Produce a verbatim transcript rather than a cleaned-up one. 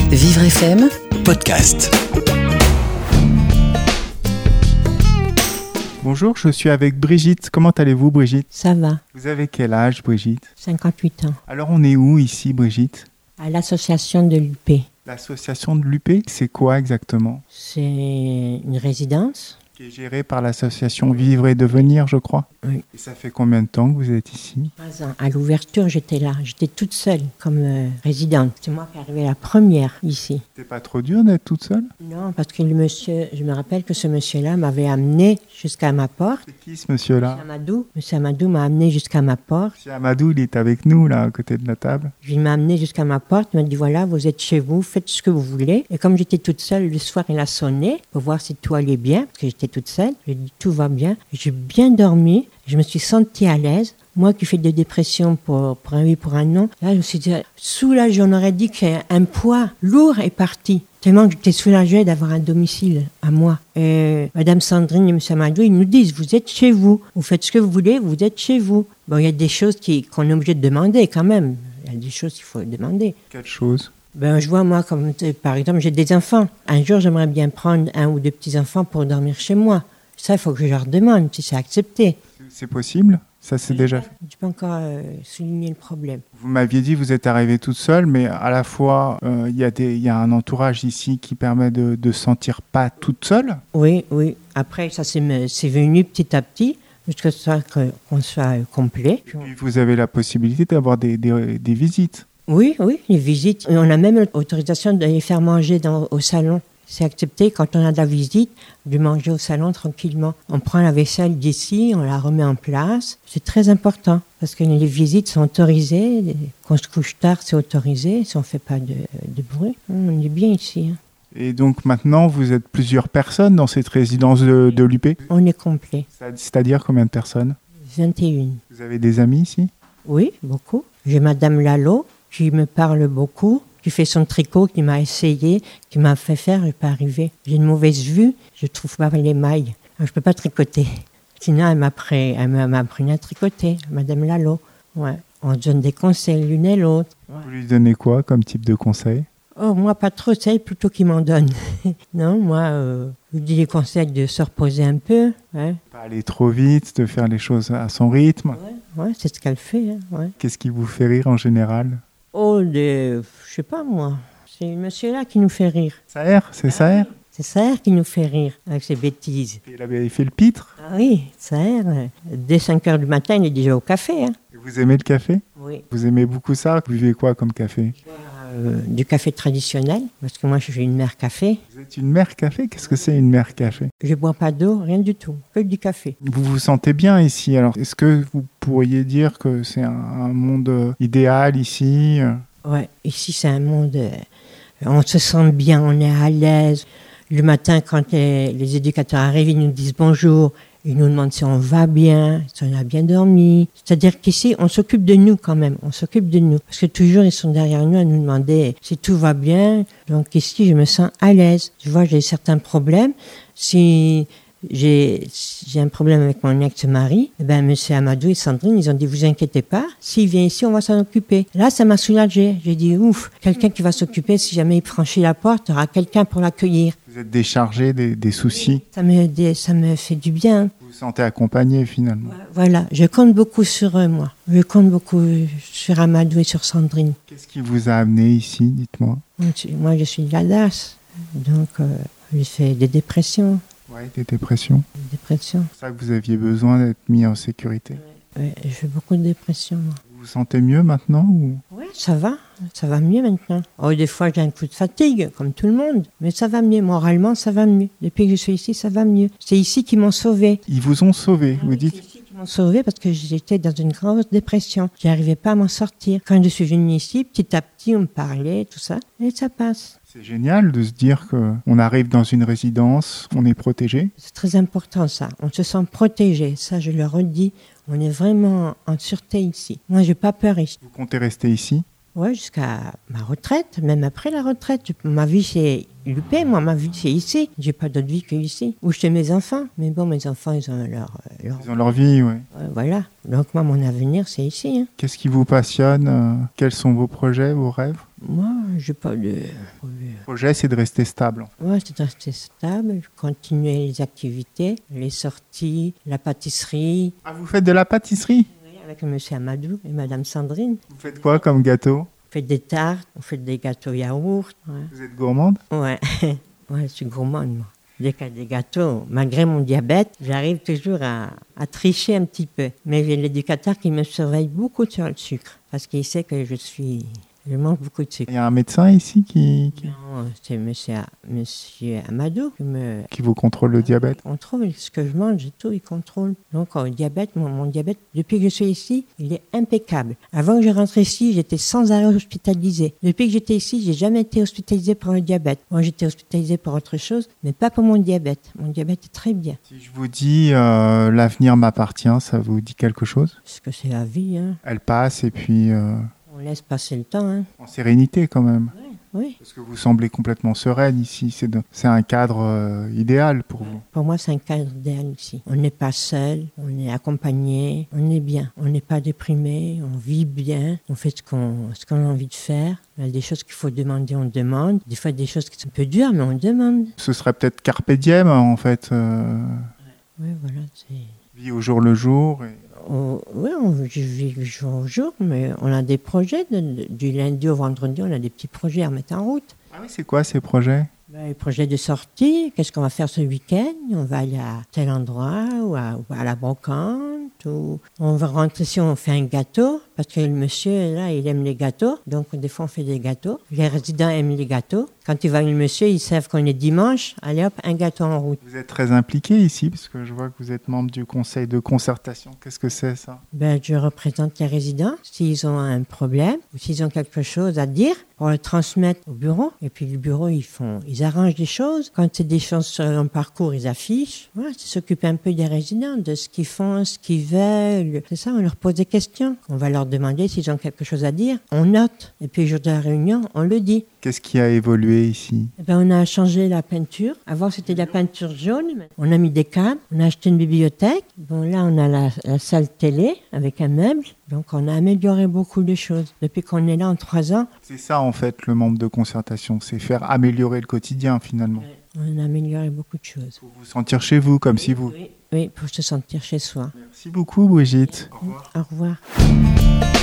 Vivre F M podcast. Bonjour, je suis avec Brigitte. Comment allez-vous, Brigitte ? Ça va, Vous avez quel âge, Brigitte ? cinquante-huit ans. Alors, on est où ici, Brigitte ? À l'association de l'U P. L'association de l'U P, c'est quoi exactement ? C'est une résidence. Qui est gérée par l'association Vivre et Devenir, je crois. Oui. Et ça fait combien de temps que vous êtes ici ? Trois ans. À l'ouverture, j'étais là. J'étais toute seule comme euh, résidente. C'est moi qui arrivais la première ici. C'est pas trop dur d'être toute seule ? Non, parce que le monsieur, je me rappelle que ce monsieur-là m'avait amené jusqu'à ma porte. C'est qui ce monsieur-là ? Monsieur Amadou. Monsieur Amadou m'a amené jusqu'à ma porte. Monsieur Amadou, il est avec nous, là, à côté de la table. Il m'a amené jusqu'à ma porte. Il m'a dit, voilà, vous êtes chez vous, faites ce que vous voulez. Et comme j'étais toute seule, le soir, il a sonné pour voir si tout allait bien, parce que j'étais toute seule. J'ai dit, tout va bien. J'ai bien dormi. Je me suis sentie à l'aise. Moi qui fais de dépression pour, pour un oui, pour un non, là, je me suis dit, soulagée. On aurait dit qu'un poids lourd est parti. Tellement que j'étais soulagée d'avoir un domicile à moi. Et Madame Sandrine et Monsieur Amadou, ils nous disent, vous êtes chez vous. Vous faites ce que vous voulez, vous êtes chez vous. Bon, il y a des choses qui, qu'on est obligé de demander quand même. Il y a des choses qu'il faut demander. Quelle chose ? Ben, je vois, moi, comme, par exemple, j'ai des enfants. Un jour, j'aimerais bien prendre un ou deux petits-enfants pour dormir chez moi. Ça, il faut que je leur demande si c'est accepté. C'est possible ? Ça, c'est déjà fait. Je peux encore euh, souligner le problème. Vous m'aviez dit que vous êtes arrivée toute seule, mais à la fois, euh, il y a des, il y a un entourage ici qui permet de ne se sentir pas toute seule. Oui, oui. Après, ça, c'est, c'est venu petit à petit, jusqu'à ce qu'on soit euh, complet. Et puis, vous avez la possibilité d'avoir des, des, des visites. Oui, oui, les visites. On a même l'autorisation d'aller faire manger dans, au salon. C'est accepté quand on a de la visite de manger au salon tranquillement. On prend la vaisselle d'ici, on la remet en place. C'est très important parce que les visites sont autorisées. Qu'on se couche tard, c'est autorisé si on ne fait pas de, de bruit. On est bien ici. Hein. Et donc maintenant, vous êtes plusieurs personnes dans cette résidence de, de l'U P ? On est complet. C'est-à-dire combien de personnes ? vingt et un. Vous avez des amis ici ? Oui, beaucoup. J'ai Madame Lalo qui me parle beaucoup, qui fait son tricot, qui m'a essayé, qui m'a fait faire, je n'ai pas arrivé. J'ai une mauvaise vue, je ne trouve pas les mailles. Alors, je ne peux pas tricoter. Sinon, elle m'a appris, elle m'a appris à tricoter, Madame Lalo. Ouais. On se donne des conseils l'une et l'autre. Ouais. Vous lui donnez quoi comme type de conseil ? Oh, moi, pas trop, c'est elle plutôt qui m'en donne. Non, moi, euh, je lui dis les conseils de se reposer un peu. Ouais, Pas aller trop vite, de faire les choses à son rythme. ouais, ouais, c'est ce qu'elle fait. Hein, ouais. Qu'est-ce qui vous fait rire en général ? Oh, des, je sais pas moi. C'est le monsieur-là qui nous fait rire. Saher, c'est Saher ? C'est Saher qui nous fait rire avec ses bêtises. Il avait fait le pitre ? Ah oui, Saher, euh, dès cinq heures du matin, il est déjà au café. Hein. Et vous aimez le café ? Oui. Vous aimez beaucoup ça ? Vous buvez quoi comme café ? Euh, du café traditionnel, parce que moi, je suis une mère café. Vous êtes une mère café ? Qu'est-ce que c'est une mère café ? Je bois pas d'eau, rien du tout, que du café. Vous vous sentez bien ici. Alors, est-ce que vous pourriez dire que c'est un, un monde euh, idéal ici ? Ouais, ici, c'est un monde... euh, on se sent bien, on est à l'aise. Le matin, quand les, les éducateurs arrivent, ils nous disent bonjour. Ils nous demandent si on va bien, si on a bien dormi. C'est-à-dire qu'ici, on s'occupe de nous quand même. On s'occupe de nous. Parce que toujours, ils sont derrière nous à nous demander si tout va bien. Donc ici, je me sens à l'aise. Tu vois, j'ai certains problèmes. Si j'ai, si j'ai un problème avec mon ex-mari, eh ben, monsieur Amadou et Sandrine, ils ont dit, vous inquiétez pas. S'il vient ici, on va s'en occuper. Là, ça m'a soulagée. J'ai dit, ouf, quelqu'un qui va s'occuper, si jamais il franchit la porte, il y aura quelqu'un pour l'accueillir. Vous êtes déchargé des, des soucis ? Ça me, ça me fait du bien. Vous vous sentez accompagné finalement ? Voilà, je compte beaucoup sur eux, moi. Je compte beaucoup sur Amadou et sur Sandrine. Qu'est-ce qui vous a amené ici, dites-moi ? Moi, je suis de la D A S, donc euh, j'ai fait des dépressions. Oui, des dépressions. Des dépressions. C'est ça que vous aviez besoin d'être mis en sécurité. Ouais, je fais beaucoup de dépressions, moi. Vous vous sentez mieux maintenant ou... Oui, ça va, ça va mieux maintenant. Oh, des fois, j'ai un coup de fatigue, comme tout le monde, mais ça va mieux. Moralement, ça va mieux. Depuis que je suis ici, ça va mieux. C'est ici qu'ils m'ont sauvée. Ils vous ont sauvé, vous C'est dites ? ici qu'ils m'ont sauvée parce que j'étais dans une grande dépression. Je n'arrivais pas à m'en sortir. Quand je suis venue ici, petit à petit, on me parlait, tout ça, et ça passe. C'est génial de se dire qu'on arrive dans une résidence, on est protégé. C'est très important ça. On se sent protégé. Ça, je le redis. On est vraiment en sûreté ici. Moi, j'ai pas peur ici. Vous comptez rester ici ? Ouais, jusqu'à ma retraite, même après la retraite. Ma vie, c'est l'U P, moi, ma vie, c'est ici. J'ai pas d'autre vie que ici. Ou chez mes enfants. Mais bon, mes enfants, ils ont leur... leur... Ils ont leur vie, oui. Ouais, voilà. Donc, moi, mon avenir, c'est ici. Hein. Qu'est-ce qui vous passionne ? Quels sont vos projets, vos rêves ? Moi, j'ai pas de projet projet, c'est de rester stable. Ouais, c'est de rester stable, continuer les activités, les sorties, la pâtisserie. Ah, vous faites de la pâtisserie? Oui, avec monsieur Amadou et madame Sandrine. Vous faites quoi comme gâteau? On fait des tartes, on fait des gâteaux yaourt. Ouais, Vous êtes gourmande? ouais. Ouais, je suis gourmande, moi. Dès qu'il y a des gâteaux, malgré mon diabète, j'arrive toujours à, à tricher un petit peu. Mais j'ai l'éducateur qui me surveille beaucoup sur le sucre, parce qu'il sait que je suis... Je mange beaucoup de sucre. Il y a un médecin ici qui, qui, Non, c'est monsieur, monsieur Amadou qui me qui vous contrôle le diabète? contrôle ce que je mange et tout, il contrôle. Donc, euh, le diabète, mon, mon diabète, depuis que je suis ici, il est impeccable. Avant que je rentre ici, j'étais sans arrêt hospitalisée. Depuis que j'étais ici, j'ai jamais été hospitalisée pour le diabète. Moi, j'étais hospitalisée pour autre chose, mais pas pour mon diabète. Mon diabète est très bien. Si je vous dis euh, l'avenir m'appartient, ça vous dit quelque chose? Parce que c'est la vie, hein. Elle passe et puis euh, On laisse passer le temps, hein. en sérénité quand même. Oui. Parce que vous semblez complètement sereine ici. C'est, de- c'est un cadre euh, idéal pour vous. Pour moi, c'est un cadre idéal ici. On n'est pas seul, on est accompagné, on est bien. On n'est pas déprimé, on vit bien, on fait ce qu'on, ce qu'on a envie de faire. Il y a des choses qu'il faut demander, on demande. Des fois, des choses qui sont un peu dures, mais on demande. Ce serait peut-être carpe diem en fait. Euh, Oui, voilà. C'est... vie au jour le jour. Et... Oh, oui, on je vis le jour au jour, mais on a des projets. De- de- du lundi au vendredi, on a des petits projets à mettre en route. Ah oui, c'est quoi ces projets? Ben, les projets de sortie, qu'est-ce qu'on va faire ce week-end? On va aller à tel endroit, ou à, ou à la brocante, ou on va rentrer si on fait un gâteau, parce que le monsieur, là, il aime les gâteaux, donc des fois on fait des gâteaux. Les résidents aiment les gâteaux. Quand ils voient le monsieur, ils savent qu'on est dimanche, allez hop, un gâteau en route. Vous êtes très impliqué ici, parce que je vois que vous êtes membre du conseil de concertation. Qu'est-ce que c'est ça? Ben, je représente les résidents, s'ils ont un problème, ou s'ils ont quelque chose à dire, pour le transmettre au bureau. Et puis le bureau, ils font, ils arrangent des choses. Quand c'est des choses sur un parcours, ils affichent. Voilà, c'est s'occuper un peu des résidents, de ce qu'ils font, ce qu'ils veulent. C'est ça, on leur pose des questions. On va leur demander s'ils ont quelque chose à dire. On note. Et puis le jour de la réunion, on le dit. Qu'est-ce qui a évolué ici? Eh ben, on a changé la peinture. Avant, c'était de la peinture jaune. On a mis des câbles. On a acheté une bibliothèque. Bon, là, on a la, la salle télé avec un meuble. Donc, on a amélioré beaucoup de choses. Depuis qu'on est là en trois ans, C'est ça en fait le membre de concertation, c'est faire améliorer le quotidien finalement. on a amélioré beaucoup de choses. Pour vous sentir chez vous, comme si vous... Oui, oui, pour se sentir chez soi. Merci beaucoup Brigitte. Au revoir.